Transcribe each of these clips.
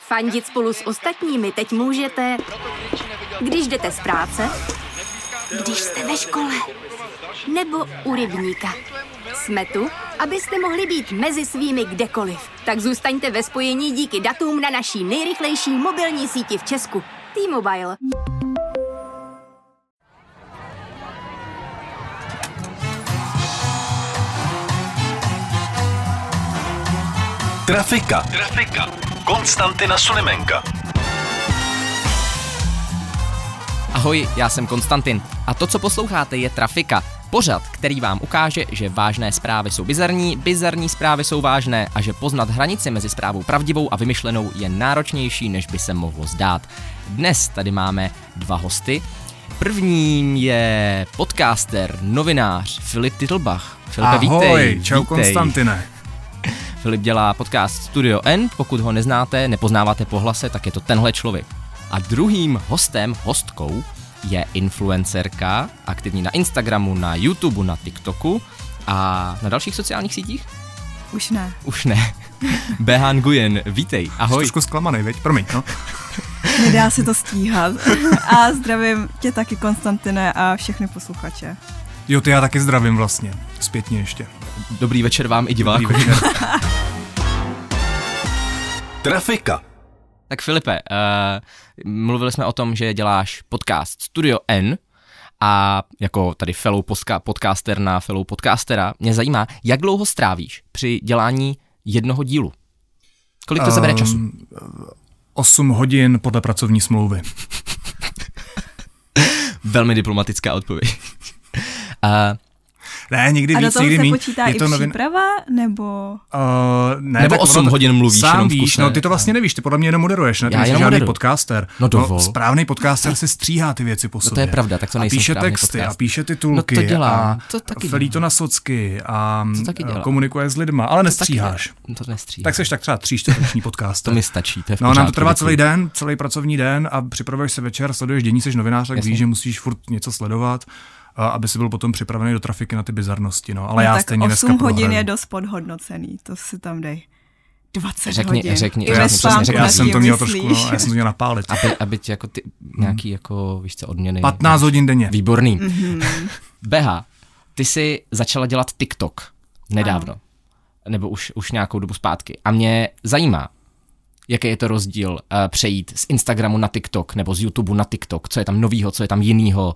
Fandit spolu s ostatními teď můžete, když jdete z práce, když jste ve škole, nebo u rybníka. Jsme tu, abyste mohli být mezi svými kdekoliv. Tak zůstaňte ve spojení díky datům na naší nejrychlejší mobilní síti v Česku. T-Mobile. Trafika. Konstantina Sulimenka. Ahoj, já jsem Konstantin a to, co posloucháte, je Trafika. Pořad, který vám ukáže, že vážné zprávy jsou bizarní, bizarní zprávy jsou vážné a že poznat hranici mezi zprávou pravdivou a vymyšlenou je náročnější, než by se mohlo zdát. Dnes tady máme dva hosty. Prvním je podcaster, novinář Filip Titlbach. Filipe, ahoj, čau Konstantine. Filip dělá podcast Studio N, pokud ho neznáte, nepoznáváte po hlase, tak je to tenhle člověk. A druhým hostkou je influencerka, aktivní na Instagramu, na YouTube, na TikToku a na dalších sociálních sítích? Už ne. Beha Nguyen, vítej, ahoj. Jsi trošku zklamanej, veď? Promiň, no. Nedá se to stíhat. A zdravím tě taky, Konstantine, a všechny posluchače. Jo, ty já taky zdravím vlastně, zpětně ještě. Dobrý večer vám i divákům. Trafika. Tak Filipe, mluvili jsme o tom, že děláš podcast Studio N a jako tady fellow podcaster na fellow podcastera, mě zajímá, jak dlouho strávíš při dělání jednoho dílu? Kolik to zabere času? 8 hodin podle pracovní smlouvy. Velmi diplomatická odpověď. Ne, někdy víc, někdy míň. A do toho se počítá i příprava, nebo? Ne, nebo 8 hodin mluvíš sám jenom víš, no ty to vlastně nevíš, ty podle mě jenom moderuješ, ne? Ty jsi žádný podcaster. No, správný podcaster si stříhá ty věci po sobě. To je pravda, tak to nejsem píše správný texty, podcast. a píše titulky, no to dělá, a to taky felí to na socky a to komunikuje s lidma, ale nestříháš. To nestříháš. Tak seš tak třeba 3/4 podcaster. To mi stačí, to je v pořádku. No, nám to trvá děkuji. celý pracovní den a připravuješ se večer, sleduješ dění, seš novinář, tak víš, že musíš furt něco sledovat, aby si byl potom připravený do trafiky na ty bizarnosti, no. Ale já stejně dneska 8 hodin je dost podhodnocený, to si tam dej. 20 hodin. Řekni, já jsem to měl trošku, já jsem to měl napálit. Aby ti jako ty nějaký jako, víš co, odměny. 15 hodin denně. Výborný. Beha, ty jsi začala dělat TikTok nedávno. Ano. Nebo už nějakou dobu zpátky. A mě zajímá, jaký je to rozdíl přejít z Instagramu na TikTok nebo z YouTube na TikTok, co je tam novýho, co je tam jinýho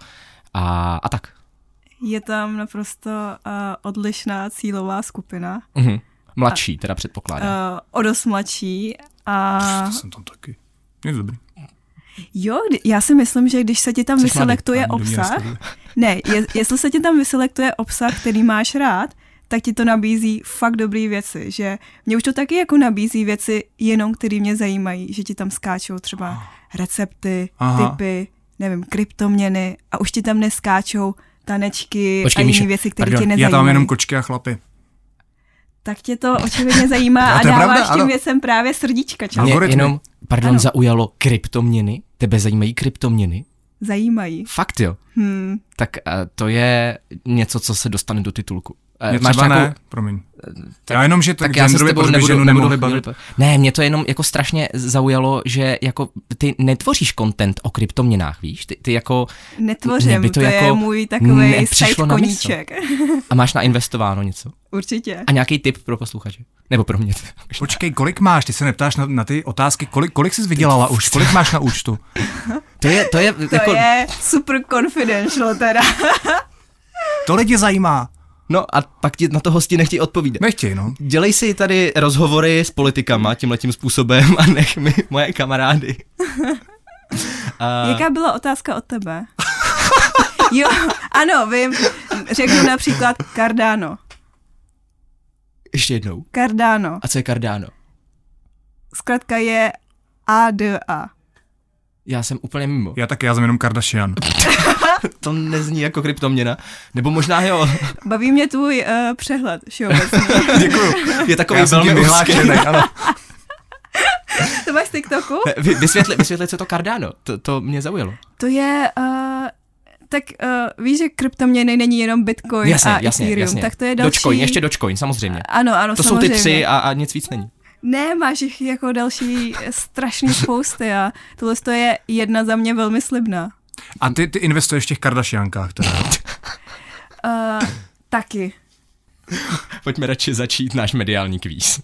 a tak. Je tam naprosto odlišná cílová skupina. Mladší, teda předpokládám. O dost mladší a... To jsem tam taky. Je dobrý. Jo, já si myslím, že když se ti tam vyselektuje obsah... Ne, jestli se ti tam vyselektuje obsah, který máš rád, tak ti to nabízí fakt dobrý věci, že mě už to taky jako nabízí věci jenom, které mě zajímají, že ti tam skáčou třeba recepty, tipy, nevím, kryptoměny a už ti tam neskáčou tanečky a jiné věci, které tě nezajímají. Já tam mám jenom kočky a chlapy. Tak tě to očividně zajímá a dáváš tím věcem právě srdíčka. Mě jenom, zaujalo kryptoměny? Tebe zajímají kryptoměny? Zajímají. Fakt jo? Tak to je něco, co se dostane do titulku. Mě třeba ne, promiň. Já jenom, že tak já se s tebou nemohli bavit. Ne, mě to jenom jako strašně zaujalo, že jako ty netvoříš content o kryptoměnách, víš? Ty jako... Netvořím, to jako je můj takovej side koníček. A máš nainvestováno něco? Určitě. A nějaký tip pro posluchače? Nebo pro mě? Počkej, kolik máš? Ty se neptáš na ty otázky, kolik jsi vydělala už? Kolik máš na účtu? To je super confidential teda. To lidi zajímá. No a pak ti na to hosti nechtějí odpovídat. Nechtějí, no. Dělej si tady rozhovory s politikama tímhletím způsobem a nech mi moje kamarády. Jaká byla otázka od tebe? Jo, ano, vím. Řeknu například Cardano. Ještě jednou. Cardano. A co je Cardano? Zkrátka je ADA. Já jsem úplně mimo. Já jsem jenom Kardashian. To nezní jako kryptoměna. Nebo možná jo. Baví mě tvůj přehled všeobecný. Děkuju. Je takový velmi vyhlášený, ano. To máš z TikToku? Vysvětli, co to Cardano. To mě zaujalo. To je... víš, že kryptoměny není jenom Bitcoin a Ethereum, tak to je další... Dogecoin, ještě Dogecoin, samozřejmě. Ano, to samozřejmě. jsou ty 3 a nic víc není. Ne, máš jich jako další strašný spousty a tohle je jedna za mě velmi slibná. A ty investuješ v těch Kardashiankách teda? Taky. Pojďme radši začít náš mediální kvíz.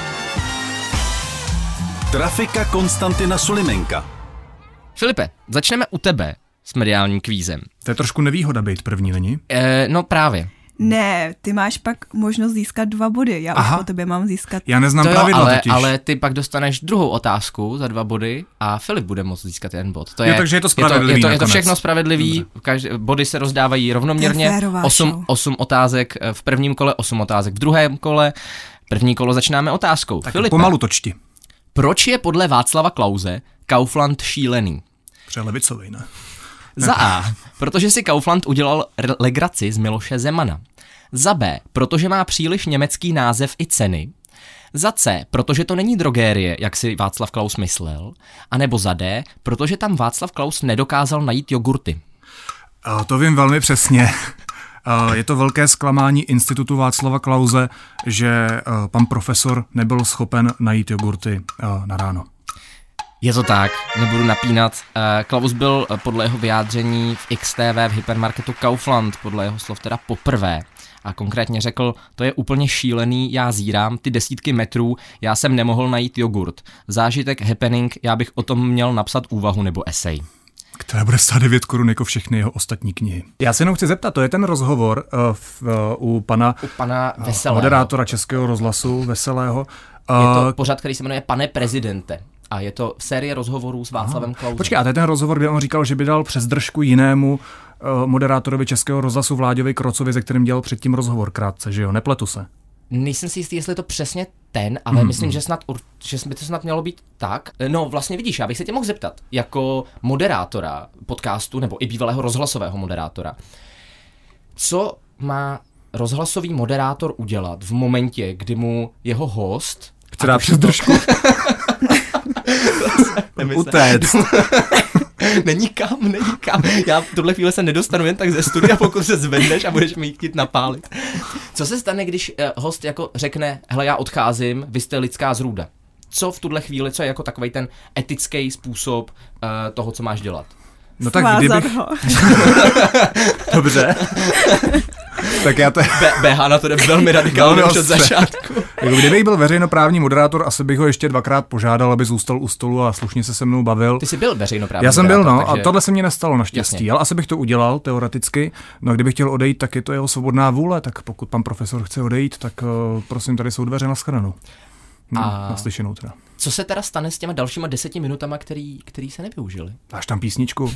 Trafika Konstantina Sulimenka. Filipe, začneme u tebe s mediálním kvízem. To je trošku nevýhoda být první, není? No právě. Ne, ty máš pak možnost získat 2 body, já už po tebe mám získat. Já neznám pravidla totiž. Ale ty pak dostaneš druhou otázku za 2 body a Filip bude moct získat 1 bod. Takže je to spravedlivý. Je to všechno spravedlivý, body se rozdávají rovnoměrně, 8 otázek v prvním kole, 8 otázek v druhém kole. První kolo začínáme otázkou. Tak Filipe, pomalu točti. proč je podle Václava Klause Kaufland šílený? Přelevicovej, ne? Za A, protože si Kaufland udělal legraci z Miloše Zemana. Za B, protože má příliš německý název i ceny. Za C, protože to není drogérie, jak si Václav Klaus myslel. A nebo za D, protože tam Václav Klaus nedokázal najít jogurty. To vím velmi přesně. Je to velké zklamání Institutu Václava Klause, že pan profesor nebyl schopen najít jogurty na ráno. Je to tak, nebudu napínat. Klaus byl podle jeho vyjádření v XTV v hypermarketu Kaufland, podle jeho slov teda poprvé. A konkrétně řekl, to je úplně šílený, já zírám ty desítky metrů, já jsem nemohl najít jogurt. Zážitek, happening, já bych o tom měl napsat úvahu nebo esej. Která bude stát 9 korun jako všechny jeho ostatní knihy. Já se jenom chci zeptat, to je ten rozhovor u pana Veselého. Moderátora Českého rozhlasu Veselého. Je to pořad, který se jmenuje Pane prezidente. A je to série rozhovorů s Václavem Klausem. Počkej, a to je ten rozhovor, kde on říkal, že by dal přes držku jinému moderátorovi Českého rozhlasu Vláďovi Krocovi, se kterým dělal předtím rozhovor krátce, že jo? Nepletu se. Nejsem si jistý, jestli je to přesně ten, ale myslím, že by to snad mělo být tak. No vlastně vidíš, já bych se tě mohl zeptat, jako moderátora podcastu, nebo i bývalého rozhlasového moderátora, co má rozhlasový moderátor udělat v momentě, kdy mu jeho host chce dát přes držku. Utéct. Není kam. Já v tuhle chvíli se nedostanu jen tak ze studia, pokud se zvedneš a budeš mi chtít napálit. Co se stane, když host jako řekne, hele, já odcházím, vy jste lidská zrůda. Co v tuhle chvíli, co je jako takovej ten etický způsob toho, co máš dělat? No tak kdybych... Dobře. Tak já to... BH na to jde velmi radikálně už od začátku. Jako kdybych byl veřejnoprávní moderátor, asi bych ho ještě 2krát požádal, aby zůstal u stolu a slušně se mnou bavil. Ty jsi byl veřejnoprávní Já jsem moderátor, byl, no, takže... a tohle se mě nestalo naštěstí, jasně. Ale asi bych to udělal teoreticky. No a kdybych chtěl odejít, tak je to jeho svobodná vůle, tak pokud pan profesor chce odejít, tak prosím, tady jsou dveře na shledanou. Naslyšenou teda. Co se teda stane s těma dalšíma 10 minutama, který se nevyužili? Dáš tam písničku?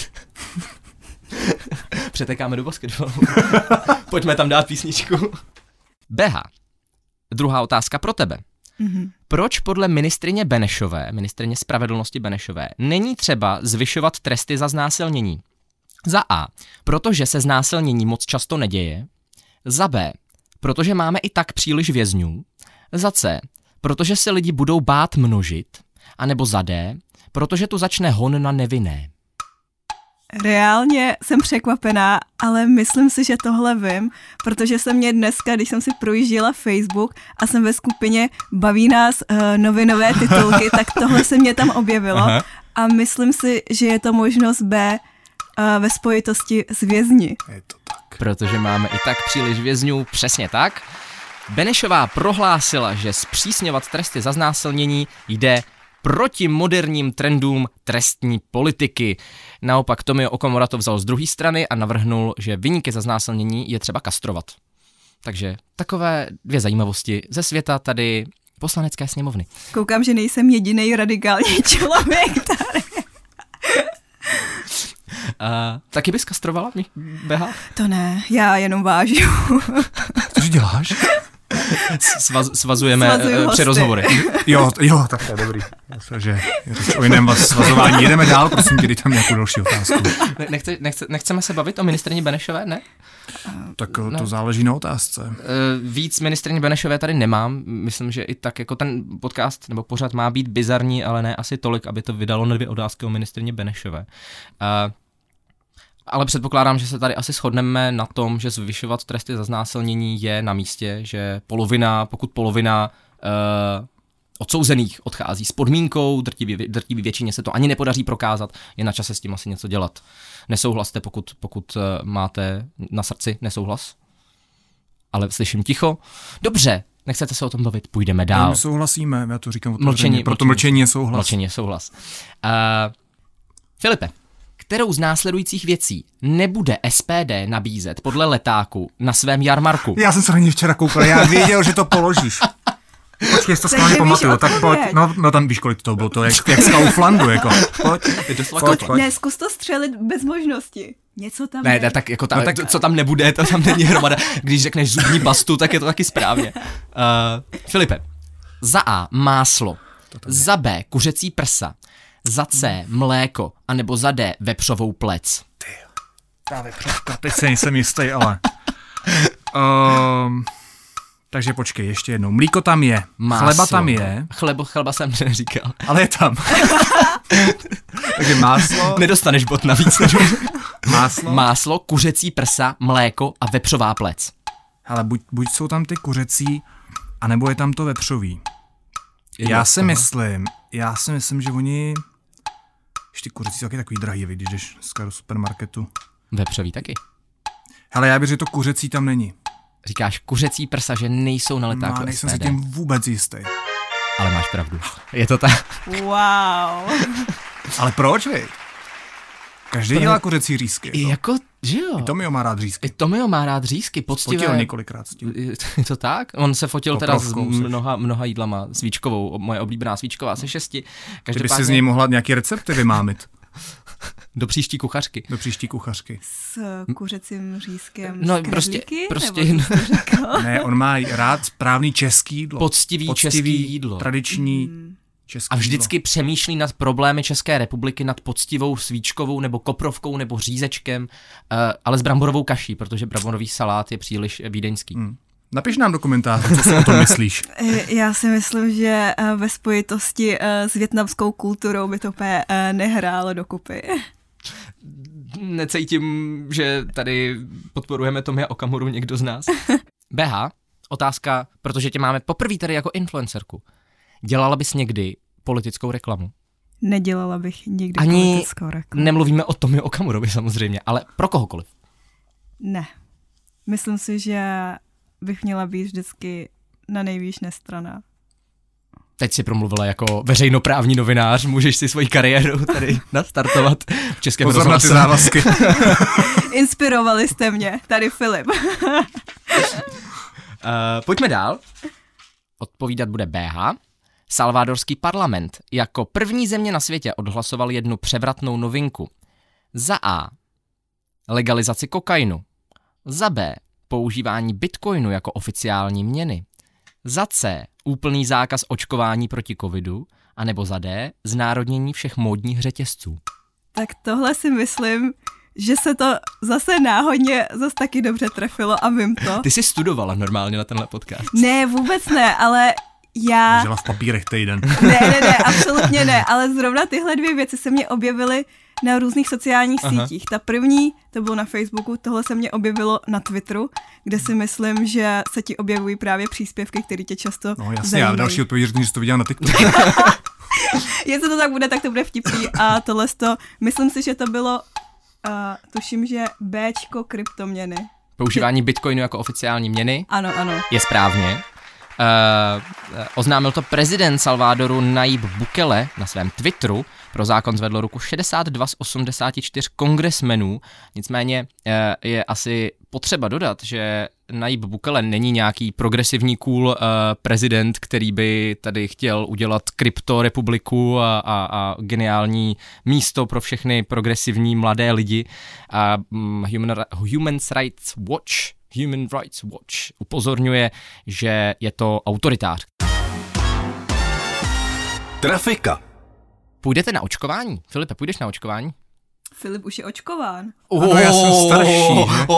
Přetekáme do basketbalu. Pojďme tam dát písničku. BH. Druhá otázka pro tebe. Proč podle ministryně Benešové, ministryně spravedlnosti Benešové, není třeba zvyšovat tresty za znásilnění? Za A. Protože se znásilnění moc často neděje. Za B. Protože máme i tak příliš vězňů. Za C. Protože se lidi budou bát množit. A nebo za D. Protože tu začne hon na nevinné. Reálně jsem překvapená, ale myslím si, že tohle vím, protože se mě dneska, když jsem si projížděla Facebook a jsem ve skupině Baví nás novinové titulky, tak tohle se mě tam objevilo. Aha. A myslím si, že je to možnost B ve spojitosti s vězni. Je to tak. Protože máme i tak příliš vězňů, přesně tak. Benešová prohlásila, že zpřísňovat tresty za znásilnění jde proti moderním trendům trestní politiky. Naopak Tomio Okamura to vzal z druhé strany a navrhnul, že viníky za znásilnění je třeba kastrovat. Takže takové 2 zajímavosti ze světa tady Poslanecké sněmovny. Koukám, že nejsem jedinej radikální člověk tady. Taky bys kastrovala, BH? To ne, já jenom vážu. Což děláš? Svazujeme při rozhovory. Jo, tak to je dobrý. Takže o jiném svazování. Jedeme dál, prosím tě, dej tam nějakou další otázku. Nechceme se bavit o ministryni Benešové, ne? Tak to záleží na otázce. Víc ministryni Benešové tady nemám. Myslím, že i tak jako ten podcast nebo pořad má být bizarní, ale ne asi tolik, aby to vydalo na 2 otázky o ministryni Benešové. Ale předpokládám, že se tady asi shodneme na tom, že zvyšovat tresty za znásilnění je na místě, že pokud polovina odsouzených odchází s podmínkou, drtivý většině se to ani nepodaří prokázat, je na čase s tím asi něco dělat. Nesouhlaste, pokud máte na srdci nesouhlas, ale slyším ticho. Dobře, nechcete se o tom bavit, půjdeme dál. My souhlasíme, já to říkám otevřeně, proto mlčení je souhlas. Mlčení je souhlas. Filipe, kterou z následujících věcí nebude SPD nabízet podle letáku na svém jarmarku? Já jsem se na ní včera koukal, já věděl, že to položíš. Počkej, to schválně pamatuju, tak pojď, no tam víš, kolik to bylo, to jak z Kauflandu, jako, pojď. Ne, zkus to střelit bez možnosti. Něco tam ne, tak jako co tam nebude, to tam není hromada. Když řekneš zubní pastu, tak je to taky správně. Filipe, za A máslo, za B kuřecí prsa, za C mléko, anebo za D vepřovou plec. Ta vepřovka, teď se nejsem jistý, ale... Takže počkej, ještě jednou. Mlíko tam je, máslo, chleba tam je. Chleba jsem neříkal. Ale je tam. Takže máslo. Nedostaneš bod navíc. Máslo. Máslo, kuřecí prsa, mléko a vepřová plec. Ale buď jsou tam ty kuřecí, anebo je tam to vepřový. Já si myslím, že oni... Ještě kuřecí jsou taky takový drahý, když jdeš dneska do supermarketu. Vepřový taky. Hele, já bych, že to kuřecí tam není. Říkáš kuřecí prsa, že nejsou na letáku SPD. Nejsem si tím vůbec jistý. Ale máš pravdu. Je to tak. Wow. Ale proč, vy? Každý dělá kuřecí řízky. Jako, že jo. I Tomio má rád řízky. Poctivé. Fotil několikrát s tím. Je to tak? On se fotil teda s mnoha jídlama. Svíčkovou, moje oblíbená svíčková se 6. Ty by si z něj mohla nějaký recepty vymámit. Do příští kuchařky. S kuřecím řízkem. No, prostě ne, on má rád správný český jídlo. Poctivý český jídlo. Tradiční český a vždycky přemýšlí nad problémy České republiky, nad poctivou svíčkovou nebo koprovkou nebo řízečkem, ale s bramborovou kaší, protože bramborový salát je příliš vídeňský. Napiš nám do komentářů, co si o tom myslíš. Já si myslím, že ve spojitosti s vietnamskou kulturou by to úplně nehrálo dokupy. Necítím, že tady podporujeme Tomia Okamuru někdo z nás. BH, otázka, protože tě máme poprvé tady jako influencerku. Dělala bys někdy politickou reklamu? Nedělala bych nikdy politickou reklamu. Nemluvíme o Tomio Okamurovi samozřejmě, ale pro kohokoliv. Ne. Myslím si, že bych měla být vždycky na nejvýš nestrana. Teď si promluvila jako veřejnoprávní novinář, můžeš si svoji kariéru tady nastartovat v Českém rozhlasu. Pozor na ty závazky. Inspirovali jste mě, tady Filip. Pojďme dál. Odpovídat bude BH. Salvadorský parlament jako první země na světě odhlasoval jednu převratnou novinku. Za A. Legalizaci kokainu. Za B. Používání bitcoinu jako oficiální měny. Za C. Úplný zákaz očkování proti covidu. A nebo za D. Znárodnění všech módních řetězců. Tak tohle si myslím, že se to zase náhodně zase taky dobře trefilo a vím to. Ty jsi studovala normálně na tenhle podcast. Ne, vůbec ne, ale já... Žila v papírech týden. Ne, absolutně ne, ale zrovna tyhle dvě věci se mě objevily na různých sociálních sítích. Ta první, to bylo na Facebooku, tohle se mě objevilo na Twitteru, kde si myslím, že se ti objevují právě příspěvky, které tě často zajímají. Já další odpověď, že to viděla na TikToku. Jestli to tak bude, tak to bude vtipný. A tohle myslím si, že to bylo, tuším, že Bčko kryptoměny. Používání bitcoinu jako oficiální měny. Ano. Je správně. Oznámil to prezident Salvadoru Nayib Bukele na svém Twitteru. Pro zákon zvedlo ruku 62 z 84 kongresmenů. Nicméně je asi potřeba dodat, že Nayib Bukele není nějaký progresivní cool prezident, který by tady chtěl udělat kryptorepubliku a geniální místo pro všechny progresivní mladé lidi. Human Rights Watch upozorňuje, že je to autoritář. Trafika. Půjdete na očkování? Filipe, půjdeš na očkování? Filip už je očkován. Ano, já jsem starší.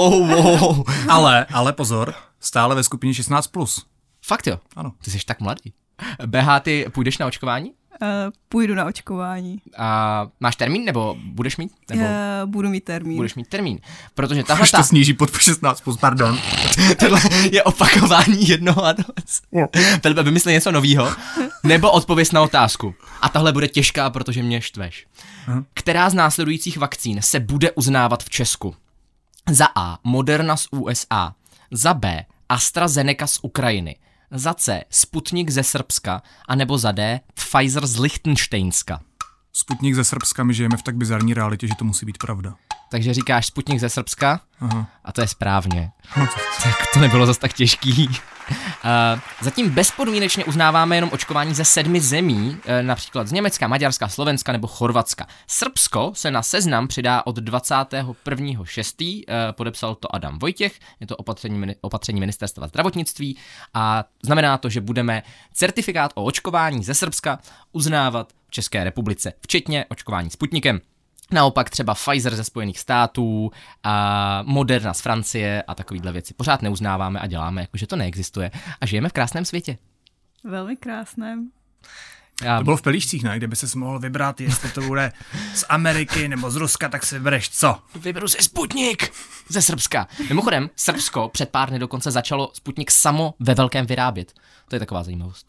Ale pozor, stále ve skupině 16+. Fakt jo? Ano. Ty jsi tak mladý. BH, ty půjdeš na očkování? Půjdu na očkování. A máš termín, nebo budeš mít? Nebo... Budu mít termín. Budeš mít termín. Protože tahle Už to sníží pod 16, pardon. Tohle je opakování jednoho a Filipe, vymysli něco novýho, nebo odpověz na otázku. A tahle bude těžká, protože mě štveš. Která z následujících vakcín se bude uznávat v Česku? Za A. Moderna z USA. Za B. AstraZeneca z Ukrajiny. Za C. Sputnik ze Srbska. A nebo za D. Pfizer z Lichtenštejnska. Sputnik ze Srbska, my žijeme v tak bizarní realitě, že to musí být pravda. Takže říkáš Sputnik ze Srbska? Aha. A to je správně. Tak to nebylo zas tak těžký. Zatím bezpodmínečně uznáváme jenom očkování ze 7 zemí, například z Německa, Maďarska, Slovenska nebo Chorvatska. Srbsko se na seznam přidá od 21.6. Podepsal to Adam Vojtěch, je to opatření ministerstva zdravotnictví a znamená to, že budeme certifikát o očkování ze Srbska uznávat v České republice, včetně očkování Sputnikem. Naopak třeba Pfizer ze Spojených států, a Moderna z Francie a takovýhle věci pořád neuznáváme a děláme, jakože to neexistuje. A žijeme v krásném světě. Velmi krásném. To bylo v Pelíšcích, ne? Kdyby ses mohl vybrat, jestli to bude z Ameriky nebo z Ruska, tak si vybereš co? Vyberu si Sputnik ze Srbska. Mimochodem, Srbsko před pár dny dokonce začalo Sputnik samo ve velkém vyrábět. To je taková zajímavost.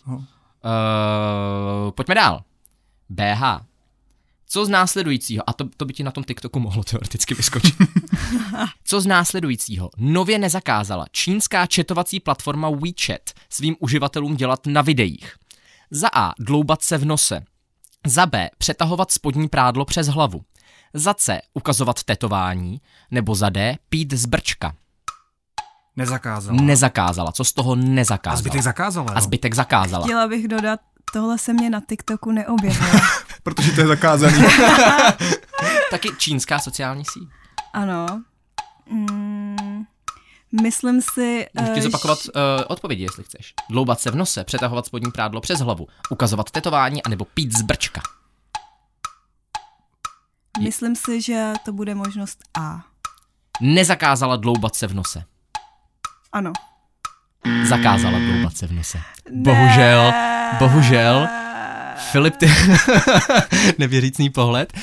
Pojďme dál. BH. Co z následujícího, a to by ti na tom TikToku mohlo teoreticky vyskočit. Co z následujícího nově nezakázala čínská chatovací platforma WeChat svým uživatelům dělat na videích? Za A. Dloubat se v nose. Za B. Přetahovat spodní prádlo přes hlavu. Za C. Ukazovat tetování. Nebo za D. Pít z brčka. Nezakázala. Co z toho nezakázala? A zbytek zakázala. A zbytek zakázala. Chtěla bych dodat, tohle se mě na TikToku neobjevilo. Protože to je zakázaný. Taky čínská sociální síť. Ano. Myslím si... Můžu ti zopakovat odpovědi, jestli chceš. Dloubat se v nose, přetahovat spodní prádlo přes hlavu, ukazovat tetování, anebo pít z brčka. Myslím si, že to bude možnost A. Nezakázala dloubat se v nose. Ano. Zakázala dloubat se v nose. Bohužel. Filip, ty... nevěřícný pohled.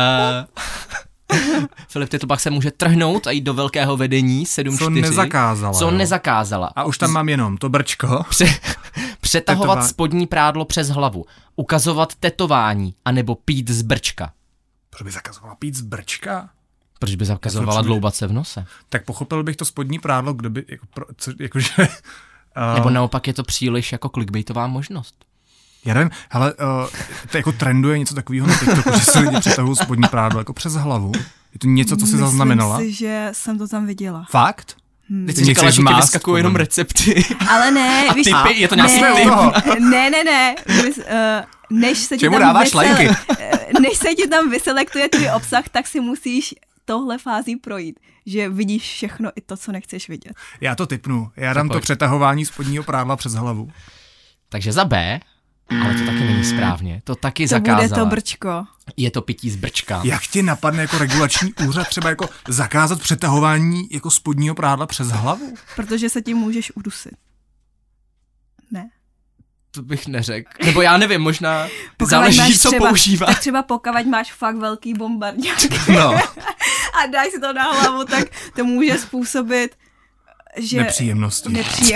Filip, ty to pak se může trhnout a jít do velkého vedení 7-4. Co nezakázala. A už tam mám jenom to brčko. Přetahovat spodní prádlo přes hlavu. Ukazovat tetování, anebo pít z brčka. Proč by zakazovala pít z brčka? Proč by zakazovala dloubat se v nose? Tak pochopil bych to spodní prádlo, kdo by, jakože... Nebo naopak je to příliš jako clickbaitová možnost. Já nevím, hele, to jako trenduje něco takového na TikToku, že se lidi přetahují spodní prádlo jako přes hlavu. Je to něco, co jsi zaznamenala? Myslím si, že jsem to tam viděla. Fakt? Teď jsi říkala, že ti vyskakují jenom recepty. Ale ne, a víš, typy, je to nějaký typ. Ne. Než se ti čemu dáváš lajky? Než se ti tam vyselektuje tvůj obsah, tak si musíš tohle fází projít, že vidíš všechno i to, co nechceš vidět. Já to tipnu. Já dám to přetahování spodního prádla přes hlavu. Takže za B, ale to taky není správně. To taky zakázala. To bude to brčko. Je to pití z brčka. Jak ti napadne jako regulační úřad třeba jako zakázat přetahování jako spodního prádla přes hlavu? Protože se tím můžeš udusit. Ne. To bych neřekl. Nebo já nevím, možná záleží, co používá. Tak třeba pokud máš fakt velký bombardák. No. A dáš si to na hlavu, tak to může způsobit, že... Nepříjemnosti.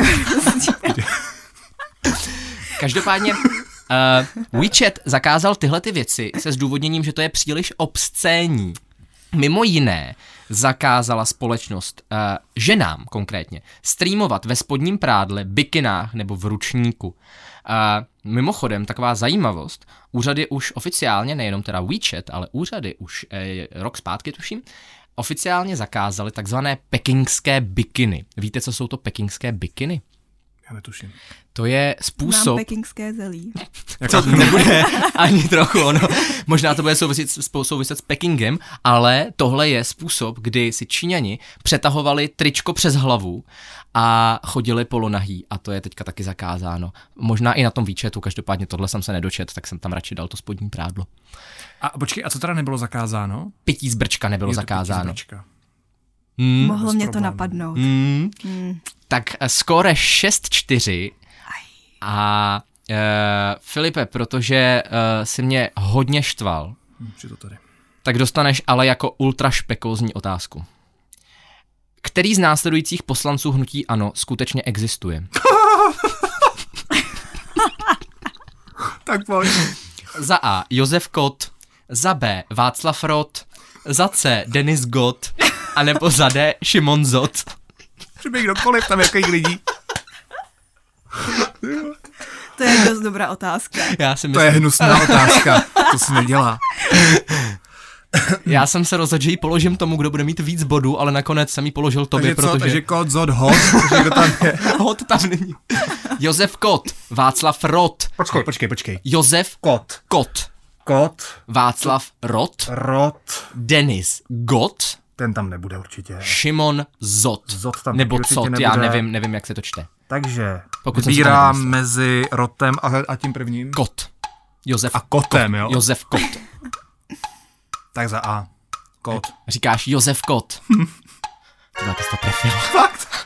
Každopádně WeChat zakázal tyhle ty věci se zdůvodněním, že to je příliš obscénní. Mimo jiné zakázala společnost ženám konkrétně streamovat ve spodním prádle, bikinách nebo v ručníku. Mimochodem, taková zajímavost, úřady už oficiálně, nejenom teda WeChat, ale úřady už rok zpátky tuším, oficiálně zakázaly takzvané pekingské bikiny. Víte, co jsou to pekingské bikiny? Já netuším. To je způsob... Mám pekingské zelí. To nebude ani trochu, ono. Možná to bude souviset s Pekingem, ale tohle je způsob, kdy si Číňani přetahovali tričko přes hlavu a chodili polonahý a to je teďka taky zakázáno. Možná i na tom WeChatu, každopádně tohle jsem se nedočet, tak jsem tam radši dal to spodní prádlo. A počkej, a co teda nebylo zakázáno? Pití z brčka nebylo zakázáno. Mohlo mě to napadnout. Tak skóre 6-4 a Filipe, protože si mě hodně štval, tak dostaneš ale jako ultra špekózní otázku. Který z následujících poslanců hnutí ANO skutečně existuje? Tak pojď. Za A. Josef Kot, za B. Václav Rot, za C. Denis Gott, anebo za D. Šimon Zot. Přiběh kdokoliv tam jakých lidí. To je dost dobrá otázka. To je hnusná otázka, to se nedělá. Já jsem se rozhodl, že ji položím tomu, kdo bude mít víc bodů, ale nakonec jsem ji položil tobě, protože... Takže Kot, Zot, Hot, kdo tam je? Hot tam není. Josef Kot, Václav Rot. Počkej. Josef Kot. Václav Rot. Denis Gott. Ten tam nebude určitě. Šimon Zot. Tam nebo Cot, nebude. Já nevím, jak se to čte. Takže vybírám mezi Rotem a tím prvním. Kot. Josef a Kotem, jo? Josef Kot. Tak za A. Kot. Říkáš Josef Kot. Tohle to trefil. Fakt?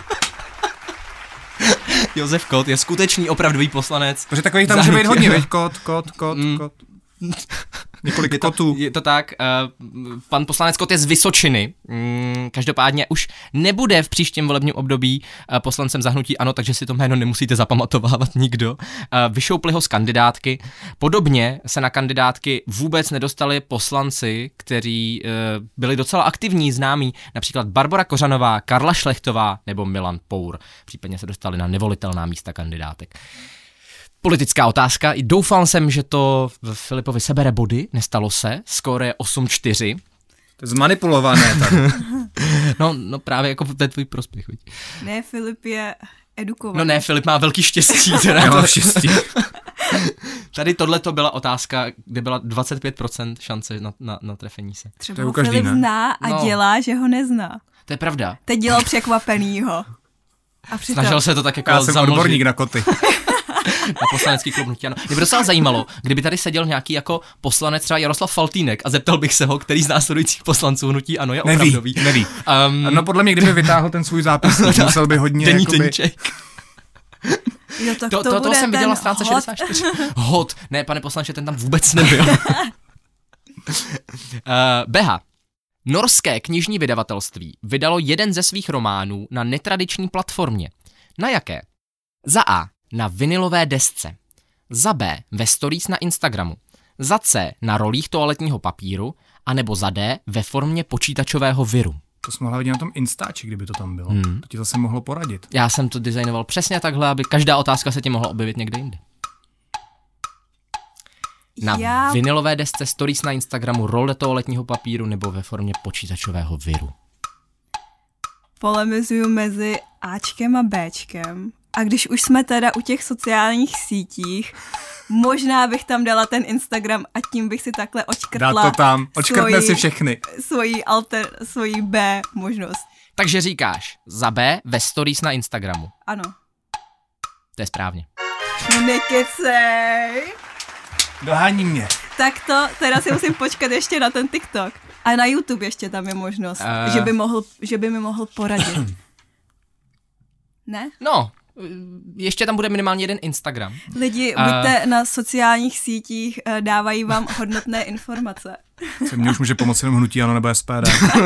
Josef Kot je skutečný opravdový poslanec. Protože takových tam může být hodně, veď? Kot. Několik kotů. Je to tak, pan poslanec Kot je z Vysočiny, každopádně už nebude v příštím volebním období poslancem za hnutí ANO, takže si to jméno nemusíte zapamatovávat nikdo. Vyšoupli ho z kandidátky, podobně se na kandidátky vůbec nedostali poslanci, kteří byli docela aktivní, známí, například Barbora Kořanová, Karla Šlechtová nebo Milan Pour, případně se dostali na nevolitelná místa kandidátek. Politická otázka. Doufal jsem, že to Filipovi sebere body, nestalo se. Skóre je 8-4. To je zmanipulované tady. No právě jako to je tvůj prospěch. Viď? Ne, Filip je edukovaný. No ne, Filip má velký štěstí. Já mám štěstí. Tady tohleto byla otázka, kde byla 25% šance na trefení se. Třeba ho Filip zná a dělá, že ho nezná. To je pravda. Teď dělal překvapenýho. A snažil se to tak jako já jsem odborník na koty. Na poslanecký klub hnutí ANO. Mě by docela zajímalo, kdyby tady seděl nějaký jako poslanec, třeba Jaroslav Faltýnek, a zeptal bych se ho, který z následujících poslanců hnutí ANO je opravdový. Neví. No podle mě, kdyby vytáhl ten svůj zápis, musel by hodně deníček. Jo, to jsem viděl na stránce 64. Hot. Ne, pane poslanče, ten tam vůbec nebyl. Beha. Norské knižní vydavatelství vydalo jeden ze svých románů na netradiční platformě. Na jaké? Za A. Na vinylové desce. Za B. Ve stories na Instagramu. Za C. Na rolích toaletního papíru. A nebo za D. Ve formě počítačového viru. To jsme mohli vidět na tom Instači, kdyby to tam bylo. To ti zase mohlo poradit. Já jsem to designoval přesně takhle, aby každá otázka se ti mohla objevit někde jinde. Na vinylové desce, stories na Instagramu, role toaletního papíru nebo ve formě počítačového viru. Polemizuju mezi Ačkem a Bčkem. A když už jsme teda u těch sociálních sítích, možná bych tam dala ten Instagram a tím bych si takhle očkrtla. Dá to tam, očkrtne si všechny. Svoji B možnost. Takže říkáš za B ve stories na Instagramu. Ano. To je správně. No nekecej. Dohání mě. Tak to, teda si musím počkat ještě na ten TikTok. A na YouTube ještě tam je možnost, že by mi mohl poradit. Ne? No, ještě tam bude minimálně jeden Instagram. Lidi, buďte na sociálních sítích, dávají vám hodnotné informace. Se mně už může pomoct jenom hnutí ANO nebo SPD.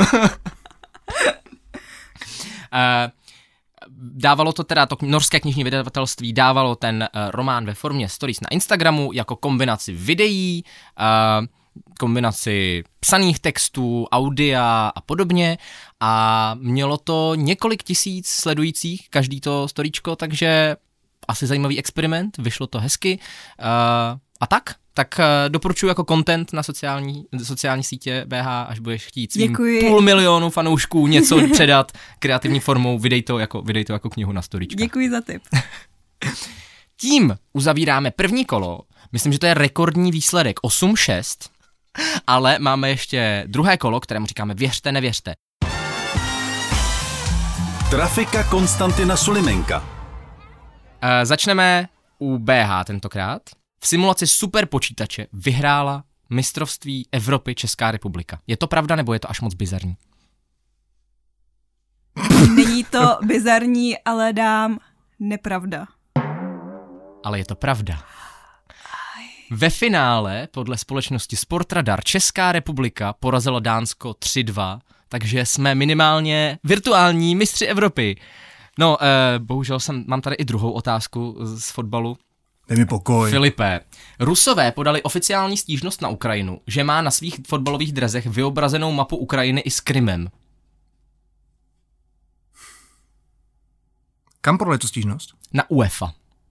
Dávalo to teda, to norské knižní vydavatelství dávalo ten román ve formě stories na Instagramu jako kombinaci videí, kombinaci psaných textů, audia a podobně a mělo to několik tisíc sledujících každý to storíčko, takže asi zajímavý experiment, vyšlo to hezky a tak doporučuji jako content na sociální sítě BH, až budeš chtít svým 500 000 fanoušků něco předat kreativní formou, vydej to jako knihu na storíčka. Děkuji za tip. Tím uzavíráme první kolo, myslím, že to je rekordní výsledek 8-6, ale máme ještě druhé kolo, kterému říkáme věřte, nevěřte. Trafika Konstantina Sulimenka. Začneme u BH tentokrát. V simulaci superpočítače vyhrála mistrovství Evropy Česká republika. Je to pravda, nebo je to až moc bizarní? Není to bizarní, ale dám nepravda. ale je to pravda. Ve finále podle společnosti Sportradar Česká republika porazila Dánsko 3-2, takže jsme minimálně virtuální mistři Evropy. No, bohužel mám tady i druhou otázku z fotbalu. Dej mi pokoj. Filipe, Rusové podali oficiální stížnost na Ukrajinu, že má na svých fotbalových drezech vyobrazenou mapu Ukrajiny i s Krymem. Kam podali tu stížnost? Na UEFA.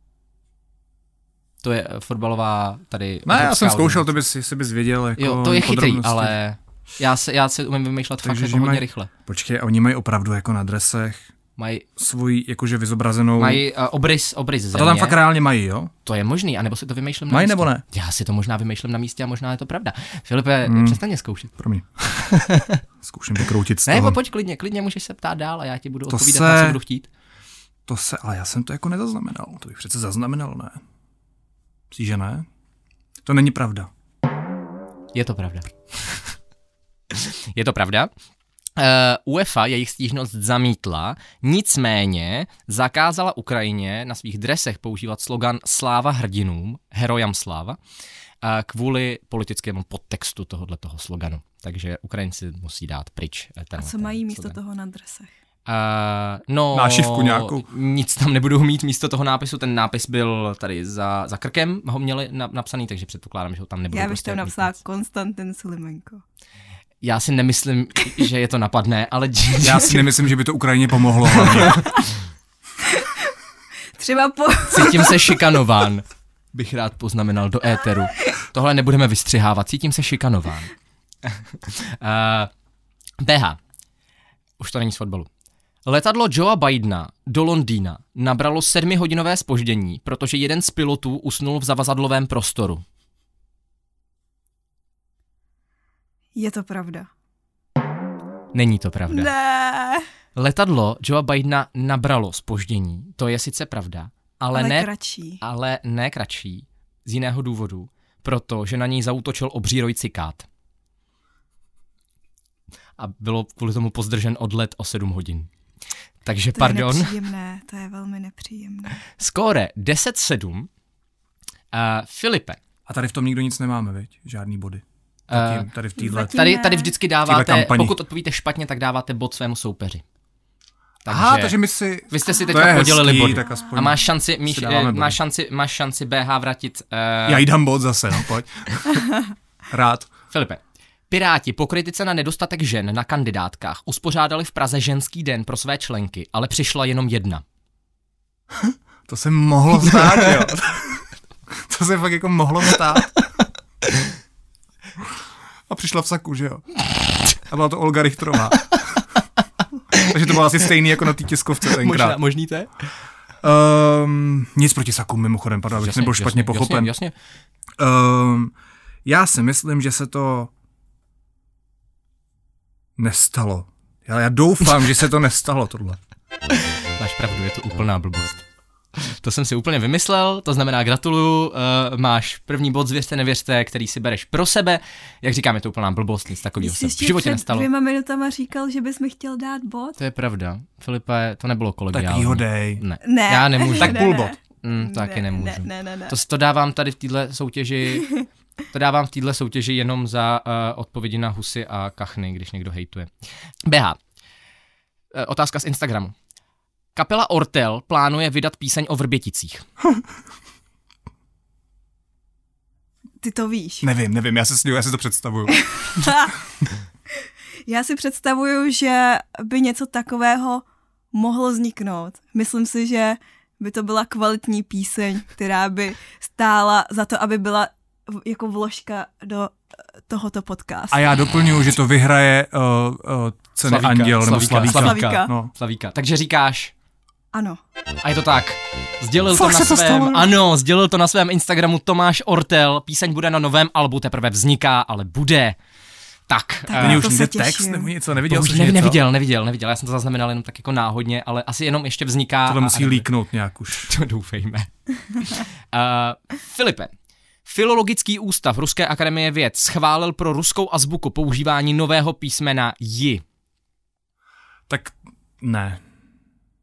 To je fotbalová tady... Ne, já jsem zkoušel, to bys věděl jako jo, to je chytrý, podrobnosti. Ale já se umím vymýšlet fakt jako hodně rychle. Počkej, oni mají opravdu jako na dresech mají svůj jakože vyzobrazenou... Mají obrys země. A to tam fakt reálně mají, jo? To je možný, anebo si to vymýšlím na mají místě. Nebo ne? Já si to možná vymýšlím na místě a možná je to pravda. Filipe, přestaň mě zkoušet. Promiň. Zkouším vykroutit z toho. Ne, pojď klidně můžeš se ptát dál a já ti budu odpovídat na co budu chtít. Ale já jsem to jako nezaznamenal. To bych přece zaznamenal, ne? Myslíš, že ne? To není pravda. Je to pravda. Je to pravda. UEFA jejich stížnost zamítla, nicméně zakázala Ukrajině na svých dresech používat slogan Sláva hrdinům, herojam sláva, kvůli politickému podtextu tohoto sloganu. Takže Ukrajinci musí dát pryč. A co mají místo toho na dresech? Nášivku nějakou. Nic tam nebudou mít místo toho nápisu, ten nápis byl tady za krkem, ho měli napsaný, takže předpokládám, že ho tam nebudou. Já bych tam napsala Konstantin Sulimenko. Já si nemyslím, že je to napadné, ale... Já si nemyslím, že by to Ukrajině pomohlo. Třeba Cítím se šikanován, bych rád poznamenal do éteru. Tohle nebudeme vystřihávat, cítím se šikanován. BH. Už to není z fotbalu. Letadlo Joea Bidena do Londýna nabralo 7hodinové zpoždění, protože jeden z pilotů usnul v zavazadlovém prostoru. Je to pravda. Není to pravda. Ne. Letadlo Joea Bidena nabralo zpoždění, to je sice pravda, ale ne kratší, z jiného důvodu, protože na něj zaútočil obří roj cikát. A bylo kvůli tomu pozdržen odlet o 7 hodin. Takže to pardon. Je nepříjemné, to je velmi nepříjemné. Skóre 10-7. Filipe. A tady v tom nikdo nic nemáme, veď? Žádný body. Tady v týhle. Tady vždycky dáváte, pokud odpovíte špatně, tak dáváte bod svému soupeři. Takže vy jste si teďka podělili body. A máš šanci BH vrátit. Já jí dám bod zase, no, pojď. Rád. Filipe. Piráti po kritice na nedostatek žen na kandidátkách uspořádali v Praze ženský den pro své členky, ale přišla jenom jedna. To se mohlo stát, jo. To se fakt jako mohlo stát. A přišla v saku, že jo. A byla to Olga Richterová. Takže to bylo asi stejný jako na té tiskovce tenkrát. Možný to je? Nic proti sakům, mimochodem, pardon, abych nebyl špatně pochopen. Jasně. Já si myslím, že se to nestalo. Já doufám, že se to nestalo, tohle. Máš pravdu, je to úplná blbost. To jsem si úplně vymyslel, to znamená gratuluju, máš první bod Zvěřte, nevěřte, který si bereš pro sebe. Jak říkám, je to úplná blbost, nic takového se v životě nestalo. Před 2 minutama říkal, že bys mi chtěl dát bod. To je pravda. Filipe, to nebylo kolegiální. Tak jí dej. Ne, já nemůžu. Tak půl bod. Taky nemůžu. Ne. To dávám tady v téhle soutěži. To dávám v téhle soutěži jenom za odpovědi na husy a kachny, když někdo hejtuje. BH. Otázka z Instagramu. Kapela Ortel plánuje vydat píseň o Vrběticích. Ty to víš. Nevím, já si to představuju. Já si představuju, že by něco takového mohlo vzniknout. Myslím si, že by to byla kvalitní píseň, která by stála za to, aby byla jako vložka do tohoto podcastu. A já doplňuji, že to vyhraje ceny Slavíka, Anděl nebo Slavíka. No. Slavíka. Takže říkáš... Ano. A je to tak. Sdělil to na svém Instagramu Tomáš Ortel. Píseň bude na novém albu, teprve vzniká, ale bude. Tak. Není už někde text nebo něco? Neviděl jsi Neviděl. Já jsem to zaznamenal jenom tak jako náhodně, ale asi jenom ještě vzniká. Tohle musí líknout nějak už. To doufejme. Filipe. Filologický ústav Ruské akademie věd schválil pro ruskou azbuku používání nového písmena J. Tak ne.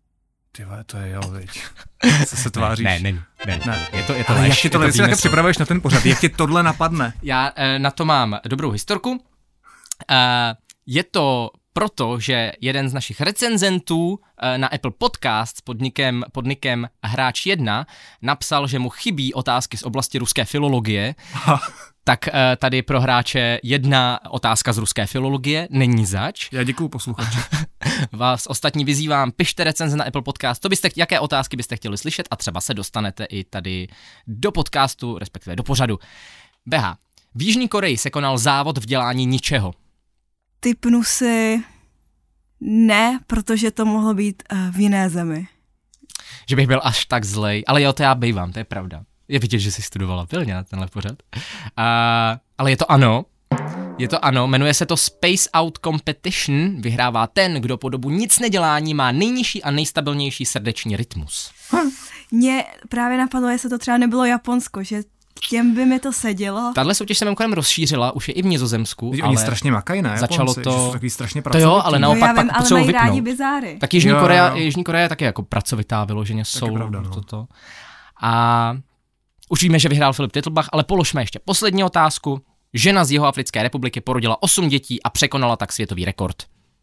Ty vole, to je jo, viď. Co se tváříš? Ne. Je to Ale lež. jak ti to velice také připravuješ na ten pořad? Jak ti tohle napadne? Já na to mám dobrou historku. Je to proto, že jeden z našich recenzentů na Apple Podcast pod nickem Hráč1 napsal, že mu chybí otázky z oblasti ruské filologie. Tak tady pro hráče 1 otázka z ruské filologie, není zač. Já děkuju posluchači. Vás ostatní vyzývám, pište recenze na Apple Podcast, jaké otázky byste chtěli slyšet a třeba se dostanete i tady do podcastu, respektive do pořadu. BH, v Jižní Koreji se konal závod v dělání ničeho. Tipnu si ne, protože to mohlo být v jiné zemi. Že bych byl až tak zlej, ale jo, to já bývám, to je pravda. Je vidět, že jsi studovala pilně na tenhle pořad. Ale je to ano, jmenuje se to Space Out Competition, vyhrává ten, kdo po dobu nic nedělání má nejnižší a nejstabilnější srdeční rytmus. Mně právě napadlo, jestli to třeba nebylo Japonsko, že těm by mi to sedělo. Tahle soutěž se mimochodem rozšířila, už je i v Nizozemsku. Oni strašně makají, ne? Začalo Japonci, to... Že jsou takový strašně to pracovitý. jo, ale naopak já vím, pak ale potřebují mají vypnout. rádi bizáry. Tak Jižní Korea je taky jako pracovitá vyloženě soul. Pravda, no. Toto. A už víme, že vyhrál Filip Titlbach, ale položme ještě poslední otázku. Žena z Jihoafrické republiky porodila 8 dětí a překonala tak světový rekord.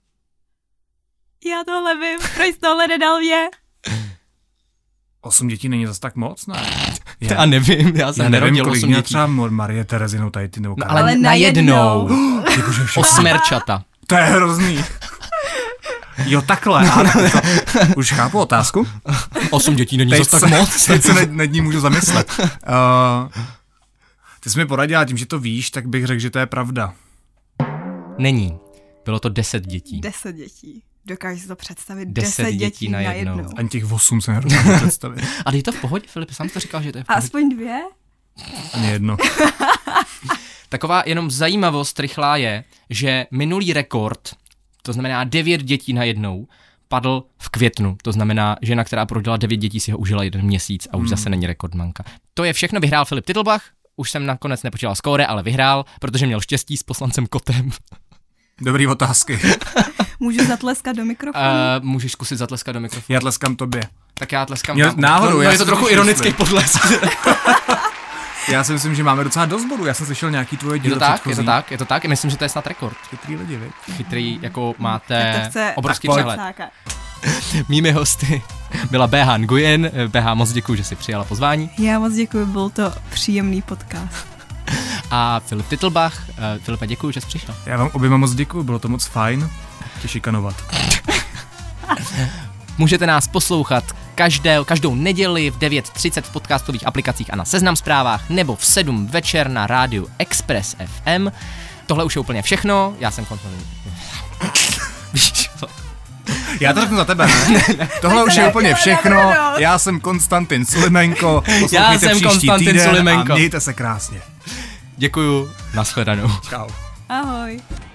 Já tohle vím, proč tohle nedal mě? 8 dětí není zas tak moc, ne? Já nevím, já jsem nerodil 8 dětí. Třeba Marie Terezinu tady ty nebo No, ale najednou. 8 To je hrozný. Jo, takhle. Už chápu otázku. 8 dětí není zas tak moc. Teď se nad ní můžu zamyslet. Ty jsi mi poradila, tím, že to víš, tak bych řekl, že to je pravda. Není. Bylo to 10 dětí. 10 dětí. Dokážeš si to představit? 10 dětí na jednou. Ani těch 8 se nedokážu představit. A je to v pohodě, Filip, sám to říkal, že to je v pohodě. Aspoň 2? Ani jedno. Taková jenom zajímavost rychlá je, že minulý rekord, to znamená 9 dětí na jednou, padl v květnu. To znamená, žena, která porodila 9 dětí, si ho užila 1 měsíc a už zase není rekordmanka. To je všechno, vyhrál Filip Titlbach. Už jsem nakonec nepočítal skóre, ale vyhrál, protože měl štěstí s poslancem Kotem. Dobrý otázky. Můžu zatleskat do mikrofonu? Můžeš zkusit zatleskat do mikrofonu. Já tleskám tobě. Tak já tleskám. Náhodou. Je to trochu ironický potlesk. Já si myslím, že máme docela dost bodů. Já jsem slyšel nějaký tvoje dílo předchozí. Je to tak. Myslím, že to je snad rekord. Chytrý lidi, viď? Chytrý, jako máte obrovský tak přehled. Mými hosty byla BH Nguyen. BH, moc děkuji, že jsi přijala pozvání. Já moc děkuji, byl to příjemný podcast. A Filip Titlbach. Filipe, děkuji, že jsi přišel. Já vám oběma moc děkuji, bylo to moc fajn tě šikanovat. Můžete nás poslouchat každou neděli v 9:30 v podcastových aplikacích a na Seznam Zprávách nebo v 7 večer na rádiu Express FM. Tohle už je úplně všechno, já jsem Konstantin. Víš co? Já to řeknu za tebe, ne? Tohle už je úplně všechno, já jsem Konstantin Sulimenko, poslouchejte příští týden a mějte se krásně. Děkuju, nashledanou. Čau. Ahoj.